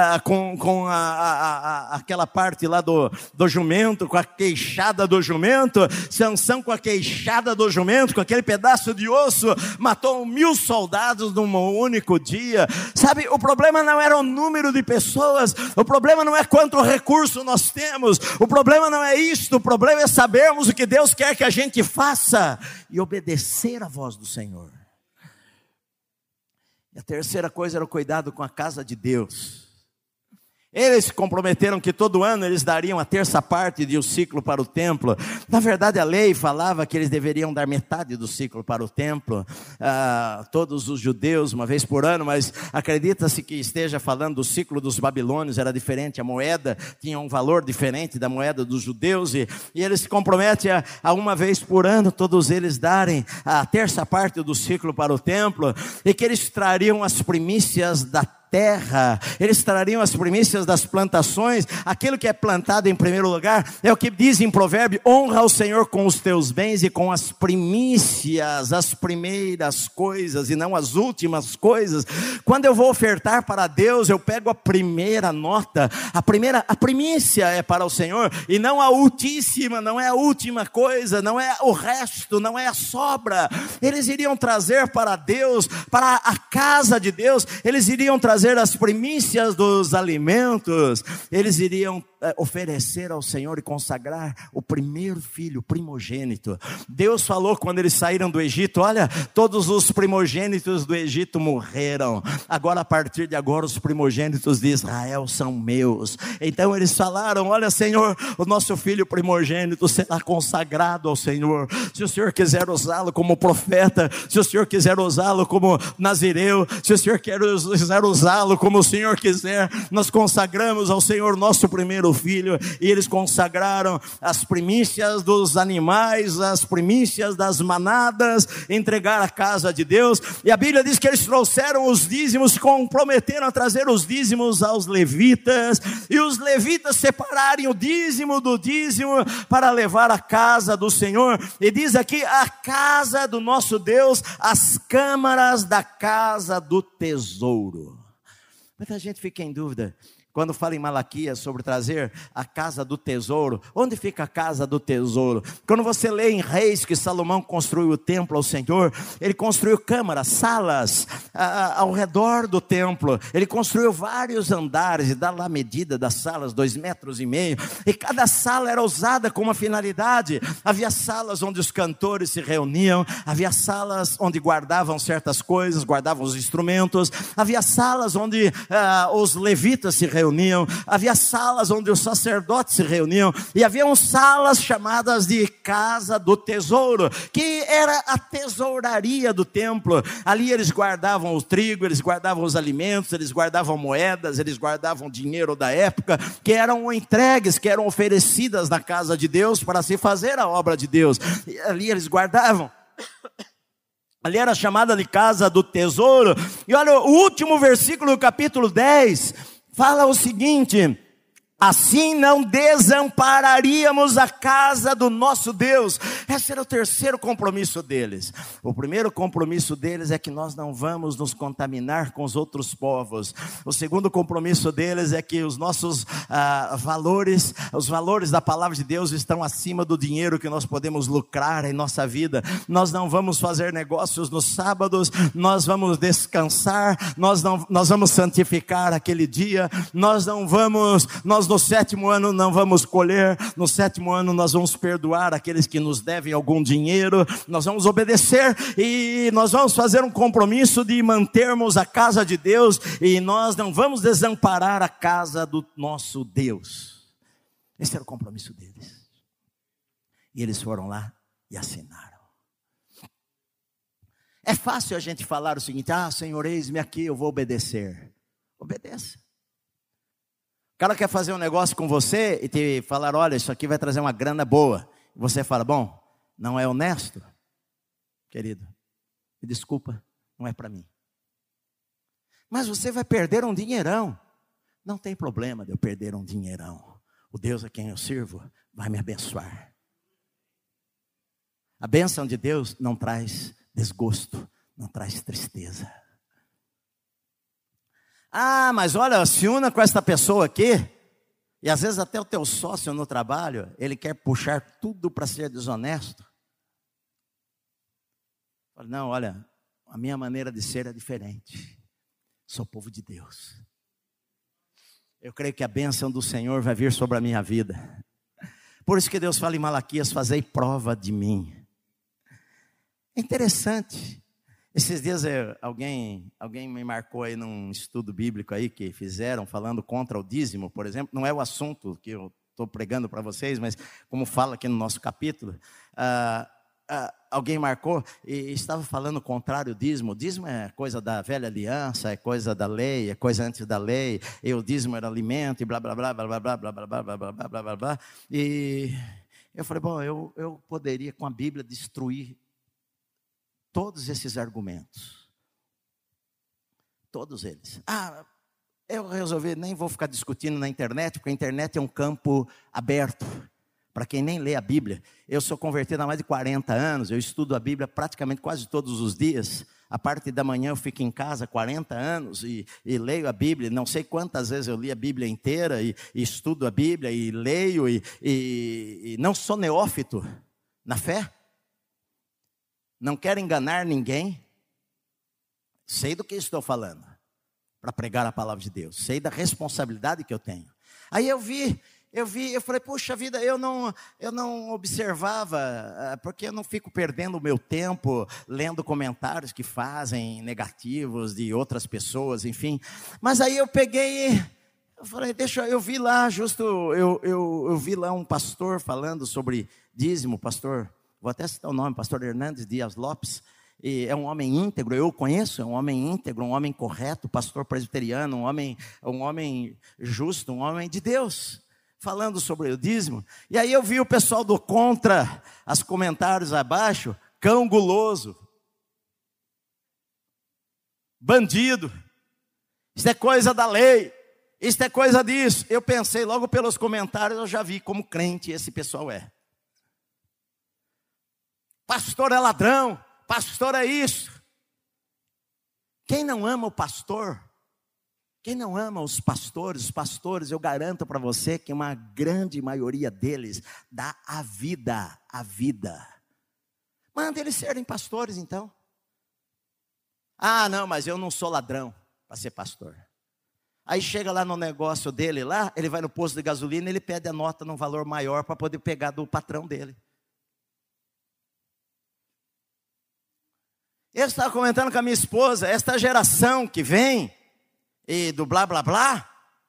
com aquela parte lá do jumento, com a queixada do jumento. Sansão com a queixada do jumento, com aquele pedaço de osso, matou 1000 soldados num único dia. Sabe, o problema não era o número de pessoas, o problema não é quanto recurso nós temos, o problema não é isto, o problema é sabermos o que Deus quer que a gente faça e obedecer a voz do Senhor. E a terceira coisa era o cuidado com a casa de Deus. Eles se comprometeram que todo ano eles dariam a terça parte de um ciclo para o templo. Na verdade, a lei falava que eles deveriam dar metade do ciclo para o templo. Todos os judeus, uma vez por ano, mas acredita-se que esteja falando do ciclo dos babilônios, era diferente. A moeda tinha um valor diferente da moeda dos judeus. E eles se comprometem a uma vez por ano, todos eles darem a terça parte do ciclo para o templo. E que eles trariam as primícias da terra, eles trariam as primícias das plantações. Aquilo que é plantado em primeiro lugar, é o que diz em Provérbio: honra ao Senhor com os teus bens e com as primícias, as primeiras coisas e não as últimas coisas. Quando eu vou ofertar para Deus, eu pego a primeira nota, a primícia é para o Senhor, e não a ultíssima, não é a última coisa, não é o resto, não é a sobra. Eles iriam trazer para Deus, para a casa de Deus, eles iriam trazer as primícias dos alimentos, eles iriam oferecer ao Senhor e consagrar o primeiro filho, o primogênito. Deus falou quando eles saíram do Egito: olha, todos os primogênitos do Egito morreram, agora a partir de agora os primogênitos de Israel são meus. Então eles falaram: olha, Senhor, o nosso filho primogênito será consagrado ao Senhor. Se o Senhor quiser usá-lo como profeta, se o Senhor quiser usá-lo como nazireu, se o Senhor quiser usá-lo como o Senhor quiser, nós consagramos ao Senhor nosso primeiro filho. E eles consagraram as primícias dos animais, as primícias das manadas, entregaram a casa de Deus. E a Bíblia diz que eles trouxeram os dízimos, comprometeram a trazer os dízimos aos levitas, e os levitas separarem o dízimo do dízimo para levar a casa do Senhor. E diz aqui: a casa do nosso Deus, as câmaras da casa do tesouro. Muita gente fica em dúvida quando fala em Malaquias sobre trazer a casa do tesouro. Onde fica a casa do tesouro? Quando você lê em Reis que Salomão construiu o templo ao Senhor, ele construiu câmaras, salas ao redor do templo. Ele construiu vários andares e dá lá a medida das salas, 2,5 metros. E cada sala era usada com uma finalidade. Havia salas onde os cantores se reuniam, havia salas onde guardavam certas coisas, guardavam os instrumentos, havia salas onde os levitas se reuniam, havia salas onde os sacerdotes se reuniam, e haviam salas chamadas de casa do tesouro, que era a tesouraria do templo. Ali eles guardavam o trigo, eles guardavam os alimentos, eles guardavam moedas, eles guardavam dinheiro da época, que eram entregues, que eram oferecidas na casa de Deus para se fazer a obra de Deus. E ali eles guardavam. Ali era chamada de casa do tesouro. E olha, o último versículo do capítulo 10 fala o seguinte: assim não desampararíamos a casa do nosso Deus. Esse era o terceiro compromisso deles. O primeiro compromisso deles é que nós não vamos nos contaminar com os outros povos. O segundo compromisso deles é que os nossos valores, os valores da palavra de Deus estão acima do dinheiro que nós podemos lucrar em nossa vida. Nós não vamos fazer negócios nos sábados, nós vamos descansar, nós vamos santificar aquele dia, nós no 7º ano não vamos colher, no 7º ano nós vamos perdoar aqueles que nos devem algum dinheiro, nós vamos obedecer e nós vamos fazer um compromisso de mantermos a casa de Deus, e nós não vamos desamparar a casa do nosso Deus. Esse era o compromisso deles. E eles foram lá e assinaram. É fácil a gente falar o seguinte: Senhor, eis-me aqui, eu vou obedecer. Obedeça. O cara quer fazer um negócio com você e te falar: olha, isso aqui vai trazer uma grana boa. E você fala: bom, não é honesto? Querido, me desculpa, não é para mim. Mas você vai perder um dinheirão. Não tem problema de eu perder um dinheirão. O Deus a quem eu sirvo vai me abençoar. A bênção de Deus não traz desgosto, não traz tristeza. Mas olha, se una com esta pessoa aqui, e às vezes até o teu sócio no trabalho, ele quer puxar tudo para ser desonesto. Não, olha, a minha maneira de ser é diferente. Sou povo de Deus. Eu creio que a bênção do Senhor vai vir sobre a minha vida. Por isso que Deus fala em Malaquias: fazei prova de mim. É interessante. Esses dias alguém me marcou aí num estudo bíblico aí que fizeram, falando contra o dízimo, por exemplo. Não é o assunto que eu estou pregando para vocês, mas como fala aqui no nosso capítulo, alguém marcou e estava falando contrário ao dízimo. O dízimo é coisa da velha aliança, é coisa da lei, é coisa antes da lei, e o dízimo era alimento, e blá, blá, blá, blá, blá, blá, blá, blá, blá, blá, blá, blá, blá, blá. E eu falei, bom, eu poderia com a Bíblia destruir todos esses argumentos. Todos eles. Eu resolvi, nem vou ficar discutindo na internet, porque a internet é um campo aberto. Para quem nem lê a Bíblia. Eu sou convertido há mais de 40 anos, eu estudo a Bíblia praticamente quase todos os dias. A parte da manhã eu fico em casa 40 anos e leio a Bíblia. Não sei quantas vezes eu li a Bíblia inteira e estudo a Bíblia e leio e não sou neófito na fé. Não quero enganar ninguém. Sei do que estou falando para pregar a palavra de Deus. Sei da responsabilidade que eu tenho. Aí eu falei, puxa vida, eu não observava, porque eu não fico perdendo o meu tempo lendo comentários que fazem negativos de outras pessoas, enfim. Mas aí eu peguei, eu falei, eu vi lá, eu vi lá um pastor falando sobre dízimo, pastor, vou até citar o nome, pastor Hernandes Dias Lopes. E é um homem íntegro, eu conheço, é um homem íntegro, um homem correto, pastor presbiteriano, um homem justo, um homem de Deus, falando sobre o dízimo. E aí eu vi o pessoal do contra, os comentários abaixo, cão guloso, bandido, isso é coisa da lei, isso é coisa disso. Eu pensei, logo pelos comentários, eu já vi como crente esse pessoal é. Pastor é ladrão, pastor é isso. Quem não ama o pastor, quem não ama os pastores, eu garanto para você que uma grande maioria deles dá a vida. Manda eles serem pastores então. Não, mas eu não sou ladrão para ser pastor. Aí chega lá no negócio dele lá, ele vai no posto de gasolina, ele pede a nota num valor maior para poder pegar do patrão dele. Eu estava comentando com a minha esposa, esta geração que vem, e do blá blá blá,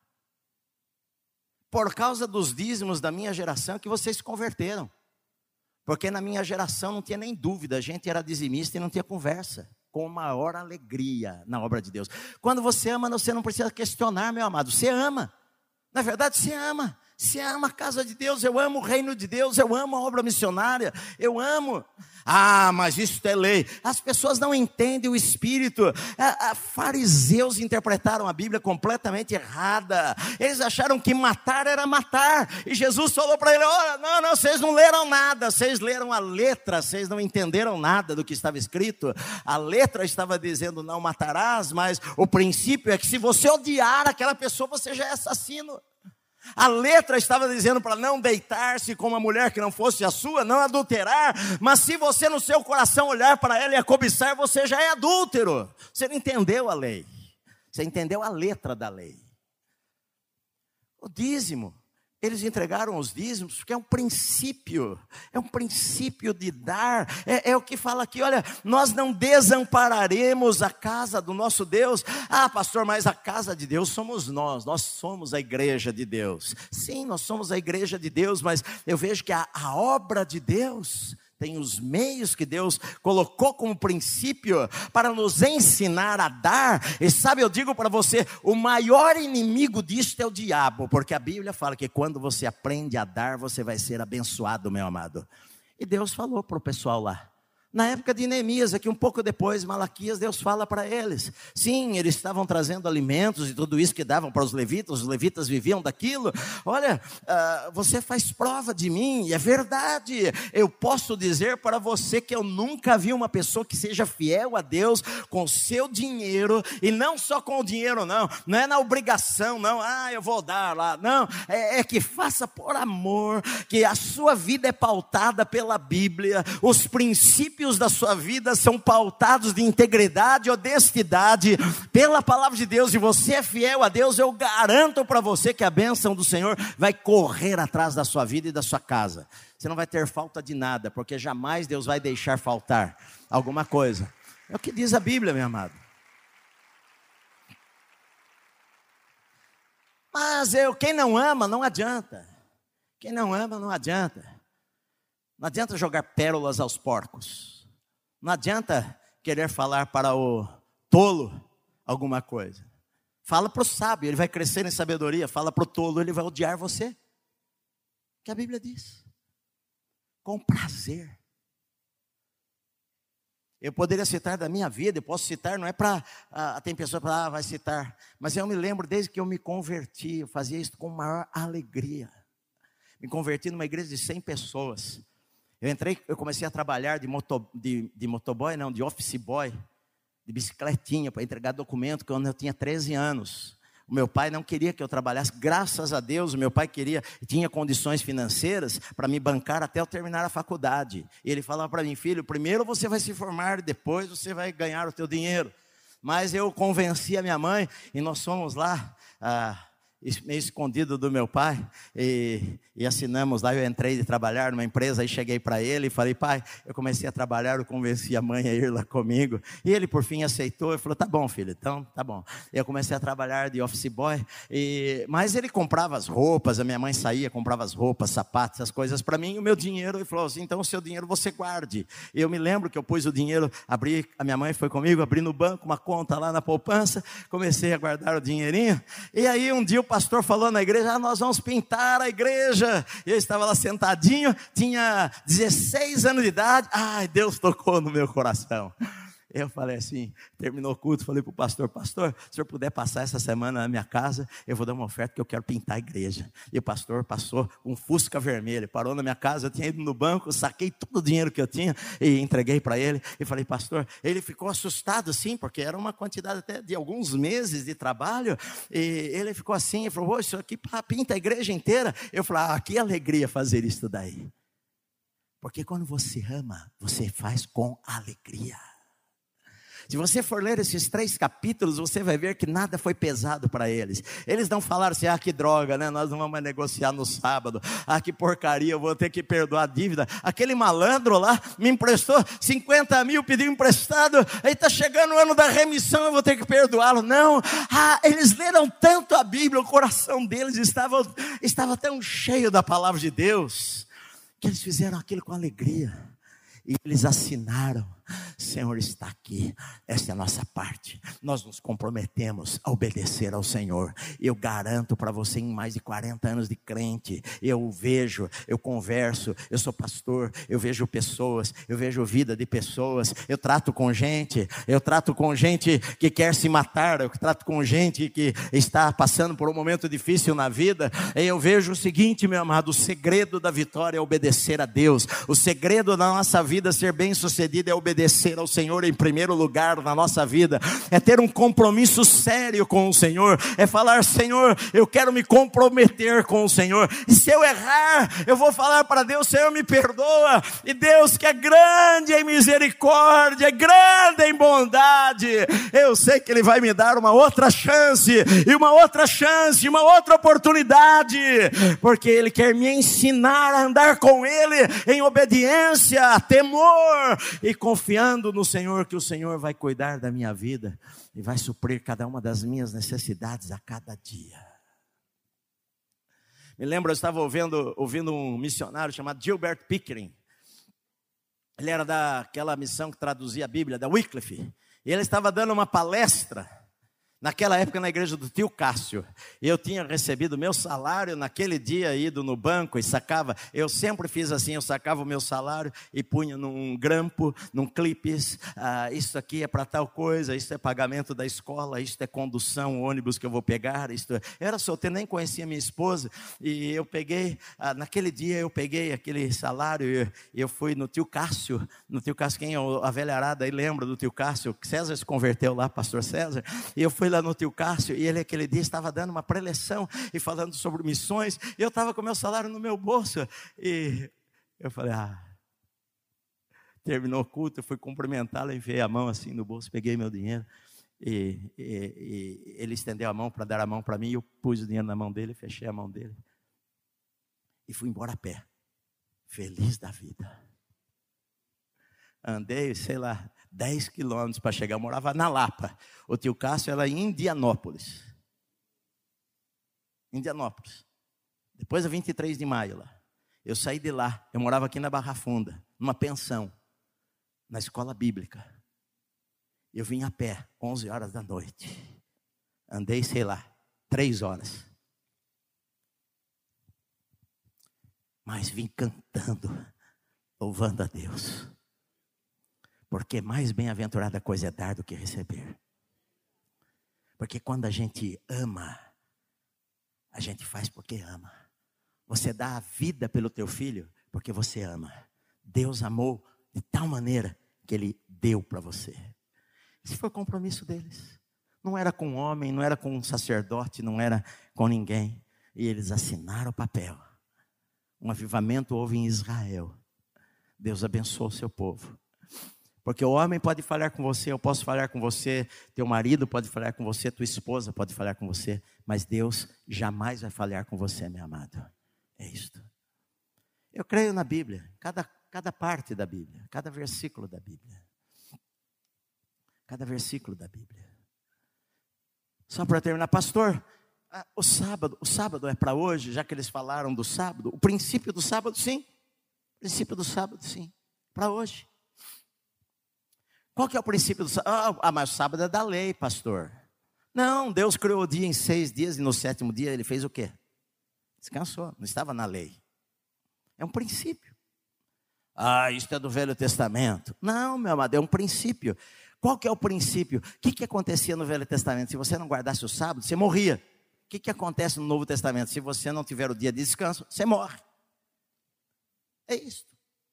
por causa dos dízimos da minha geração, que vocês se converteram. Porque na minha geração não tinha nem dúvida, a gente era dizimista e não tinha conversa. Com maior alegria na obra de Deus. Quando você ama, você não precisa questionar, meu amado, você ama. Na verdade, você ama. Você ama a casa de Deus, eu amo o reino de Deus, eu amo a obra missionária, eu amo. Mas isso é lei. As pessoas não entendem o espírito. Fariseus interpretaram a Bíblia completamente errada. Eles acharam que matar era matar. E Jesus falou para ele, olha, não, vocês não leram nada. Vocês leram a letra, vocês não entenderam nada do que estava escrito. A letra estava dizendo não matarás, mas o princípio é que se você odiar aquela pessoa, você já é assassino. A letra estava dizendo para não deitar-se com uma mulher que não fosse a sua, não adulterar, mas se você no seu coração olhar para ela e a cobiçar, você já é adúltero. Você não entendeu a lei, você entendeu a letra da lei. O dízimo, eles entregaram os dízimos porque é um princípio de dar, é o que fala aqui, olha, nós não desampararemos a casa do nosso Deus. Pastor, mas a casa de Deus somos nós somos a igreja de Deus. Sim, nós somos a igreja de Deus, mas eu vejo que a obra de Deus tem os meios que Deus colocou como princípio para nos ensinar a dar. E sabe, eu digo para você, o maior inimigo disto é o diabo, porque a Bíblia fala que quando você aprende a dar, você vai ser abençoado, meu amado. E Deus falou para o pessoal lá. Na época de Neemias, aqui um pouco depois, Malaquias, Deus fala para eles. Sim, eles estavam trazendo alimentos e tudo isso que davam para os levitas viviam daquilo. Olha, você faz prova de mim, e é verdade. Eu posso dizer para você que eu nunca vi uma pessoa que seja fiel a Deus com o seu dinheiro, e não só com o dinheiro não é na obrigação, não, eu vou dar lá, não, é que faça por amor, que a sua vida é pautada pela Bíblia, os princípios da sua vida são pautados de integridade, honestidade, pela palavra de Deus, e você é fiel a Deus, eu garanto para você que a bênção do Senhor vai correr atrás da sua vida e da sua casa. Você não vai ter falta de nada, porque jamais Deus vai deixar faltar alguma coisa. É o que diz a Bíblia, meu amado. Mas quem não ama, não adianta. Quem não ama, não adianta. Não adianta jogar pérolas aos porcos. Não adianta querer falar para o tolo alguma coisa. Fala para o sábio, ele vai crescer em sabedoria. Fala para o tolo, ele vai odiar você. Que a Bíblia diz. Com prazer. Eu poderia citar da minha vida, eu posso citar, não é para... tem pessoa que fala, vai citar. Mas eu me lembro, desde que eu me converti, eu fazia isso com maior alegria. Me converti numa igreja de 100 pessoas. Eu comecei a trabalhar de motoboy, não, de office boy, de bicicletinha, para entregar documento, quando eu tinha 13 anos. O meu pai não queria que eu trabalhasse, graças a Deus, o meu pai tinha condições financeiras para me bancar até eu terminar a faculdade. E ele falava para mim, filho, primeiro você vai se formar, depois você vai ganhar o teu dinheiro. Mas eu convenci a minha mãe e nós fomos lá, meio escondido do meu pai, e assinamos lá. Eu entrei de trabalhar numa empresa, aí cheguei para ele e falei, pai, eu comecei a trabalhar, eu convenci a mãe a ir lá comigo, e ele por fim aceitou, e falou, tá bom filho, então tá bom. Eu comecei a trabalhar de office boy, mas ele comprava as roupas, a minha mãe saía, comprava as roupas, sapatos, as coisas para mim, e o meu dinheiro, ele falou assim, então o seu dinheiro você guarde. E eu me lembro que eu pus o dinheiro, a minha mãe foi comigo, abri no banco uma conta lá na poupança, comecei a guardar o dinheirinho, e aí um dia o pastor falou na igreja, nós vamos pintar a igreja. E eu estava lá sentadinho, tinha 16 anos de idade. Ai, Deus tocou no meu coração. Eu falei assim, terminou o culto, falei para o pastor, se o senhor puder passar essa semana na minha casa, eu vou dar uma oferta que eu quero pintar a igreja. E o pastor passou um Fusca vermelho, parou na minha casa, eu tinha ido no banco, saquei todo o dinheiro que eu tinha e entreguei para ele. E falei, pastor, ele ficou assustado assim, porque era uma quantidade até de alguns meses de trabalho. E ele ficou assim, e falou, isso aqui pinta a igreja inteira. Eu falei, que alegria fazer isso daí. Porque quando você ama, você faz com alegria. Se você for ler esses 3 capítulos, você vai ver que nada foi pesado para eles. Eles não falaram assim, que droga, né? Nós não vamos mais negociar no sábado. Que porcaria, eu vou ter que perdoar a dívida. Aquele malandro lá me emprestou 50 mil, pediu emprestado. Aí está chegando o ano da remissão, eu vou ter que perdoá-lo. Não, eles leram tanto a Bíblia, o coração deles estava tão cheio da palavra de Deus, que eles fizeram aquilo com alegria. E eles assinaram, Senhor está aqui, essa é a nossa parte, nós nos comprometemos a obedecer ao Senhor. Eu garanto para você, em mais de 40 anos de crente, eu vejo, eu converso, eu sou pastor, eu vejo pessoas, eu vejo vida de pessoas, eu trato com gente que quer se matar, eu trato com gente que está passando por um momento difícil na vida, e eu vejo o seguinte, meu amado, o segredo da vitória é obedecer a Deus, o segredo da nossa vida ser bem sucedida é obedecer ao Senhor em primeiro lugar na nossa vida, é ter um compromisso sério com o Senhor, é falar, Senhor, eu quero me comprometer com o Senhor, e se eu errar, eu vou falar para Deus, Senhor, me perdoa, e Deus que é grande em misericórdia, é grande em bondade, eu sei que Ele vai me dar uma outra chance, e uma outra chance, uma outra oportunidade, porque Ele quer me ensinar a andar com Ele em obediência, temor e confiando no Senhor, que o Senhor vai cuidar da minha vida e vai suprir cada uma das minhas necessidades a cada dia. Me lembro, eu estava ouvindo um missionário chamado Gilbert Pickering. Ele era daquela missão que traduzia a Bíblia, da Wycliffe, e ele estava dando uma palestra naquela época na igreja do tio Cássio. Eu tinha recebido meu salário naquele dia, ido no banco e sacava. Eu sempre fiz assim, eu sacava o meu salário e punha num grampo, num clipes. Isso aqui é para tal coisa, isso é pagamento da escola, isso é condução, ônibus que eu vou pegar. Eu era solteiro, nem conhecia minha esposa. E eu peguei, naquele dia eu peguei aquele salário e eu fui no tio Cássio. No tio Cássio, quem é a velharada aí lembra do tio Cássio? César se converteu lá, pastor César. E eu fui lá no tio Cássio, e ele aquele dia estava dando uma preleção e falando sobre missões, e eu estava com meu salário no meu bolso, e eu falei, terminou o culto, eu fui cumprimentá-lo, enfiei a mão assim no bolso, peguei meu dinheiro, e ele estendeu a mão para dar a mão para mim, e eu pus o dinheiro na mão dele, fechei a mão dele, e fui embora a pé, feliz da vida. Andei, sei lá, 10 quilômetros para chegar. Eu morava na Lapa. O tio Cássio era em Indianópolis. Depois da 23 de maio lá. Eu saí de lá. Eu morava aqui na Barra Funda, numa pensão, na escola bíblica. Eu vim a pé, 11 horas da noite. Andei, sei lá, 3 horas. Mas vim cantando, louvando a Deus. Porque mais bem-aventurada coisa é dar do que receber. Porque quando a gente ama, a gente faz porque ama. Você dá a vida pelo teu filho porque você ama. Deus amou de tal maneira que Ele deu para você. Esse foi o compromisso deles. Não era com um homem, não era com um sacerdote, não era com ninguém. E eles assinaram o papel. Um avivamento houve em Israel. Deus abençoou o seu povo. Porque o homem pode falhar com você, eu posso falhar com você, teu marido pode falhar com você, tua esposa pode falhar com você, mas Deus jamais vai falhar com você, meu amado. É isto. Eu creio na Bíblia, cada parte da Bíblia, cada versículo da Bíblia. Cada versículo da Bíblia. Só para terminar, pastor, o sábado é para hoje, já que eles falaram do sábado, o princípio do sábado, sim. O princípio do sábado, sim, para hoje. Qual que é o princípio do sábado? Mas o sábado é da lei, pastor. Não, Deus criou o dia em 6 dias e no 7º dia Ele fez o quê? Descansou, não estava na lei. É um princípio. Isso é do Velho Testamento. Não, meu amado, é um princípio. Qual que é o princípio? O que acontecia no Velho Testamento? Se você não guardasse o sábado, você morria. O que acontece no Novo Testamento? Se você não tiver o dia de descanso, você morre. É isso.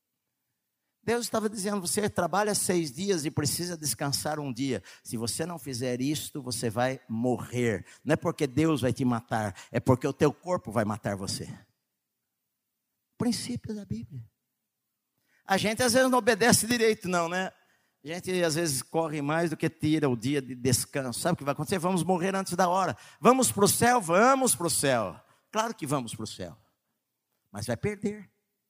Deus estava dizendo, você trabalha 6 dias e precisa descansar um dia. Se você não fizer isto, você vai morrer. Não é porque Deus vai te matar, é porque o teu corpo vai matar você. Princípio da Bíblia. A gente às vezes não obedece direito não, né? A gente às vezes corre mais do que tira o dia de descanso. Sabe o que vai acontecer? Vamos morrer antes da hora. Vamos para o céu? Vamos para o céu. Claro que vamos para o céu. Mas vai perder.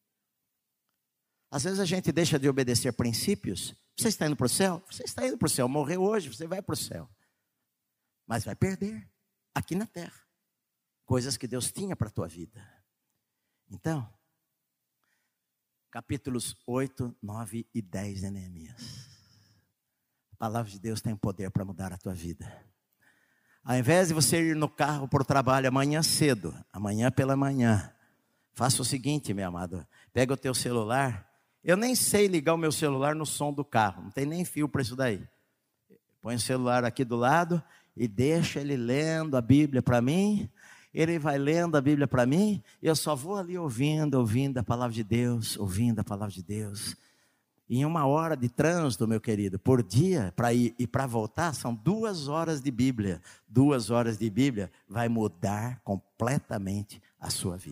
Às vezes a gente deixa de obedecer princípios. Você está indo para o céu? Você está indo para o céu. Morreu hoje, você vai para o céu. Mas vai perder aqui na terra coisas que Deus tinha para a tua vida. Então, capítulos 8, 9 e 10 de Neemias. A palavra de Deus tem poder para mudar a tua vida. Ao invés de você ir no carro para o trabalho amanhã cedo, amanhã pela manhã, faça o seguinte, meu amado. Pega o teu celular. Eu nem sei ligar o meu celular no som do carro. Não tem nem fio para isso daí. Põe o celular aqui do lado e deixa ele lendo a Bíblia para mim. Ele vai lendo a Bíblia para mim. E eu só vou ali ouvindo a palavra de Deus. Ouvindo a palavra de Deus. Em 1 hora de trânsito, meu querido, por dia, para ir e para voltar, são 2 horas de Bíblia. 2 horas de Bíblia vai mudar completamente a sua vida.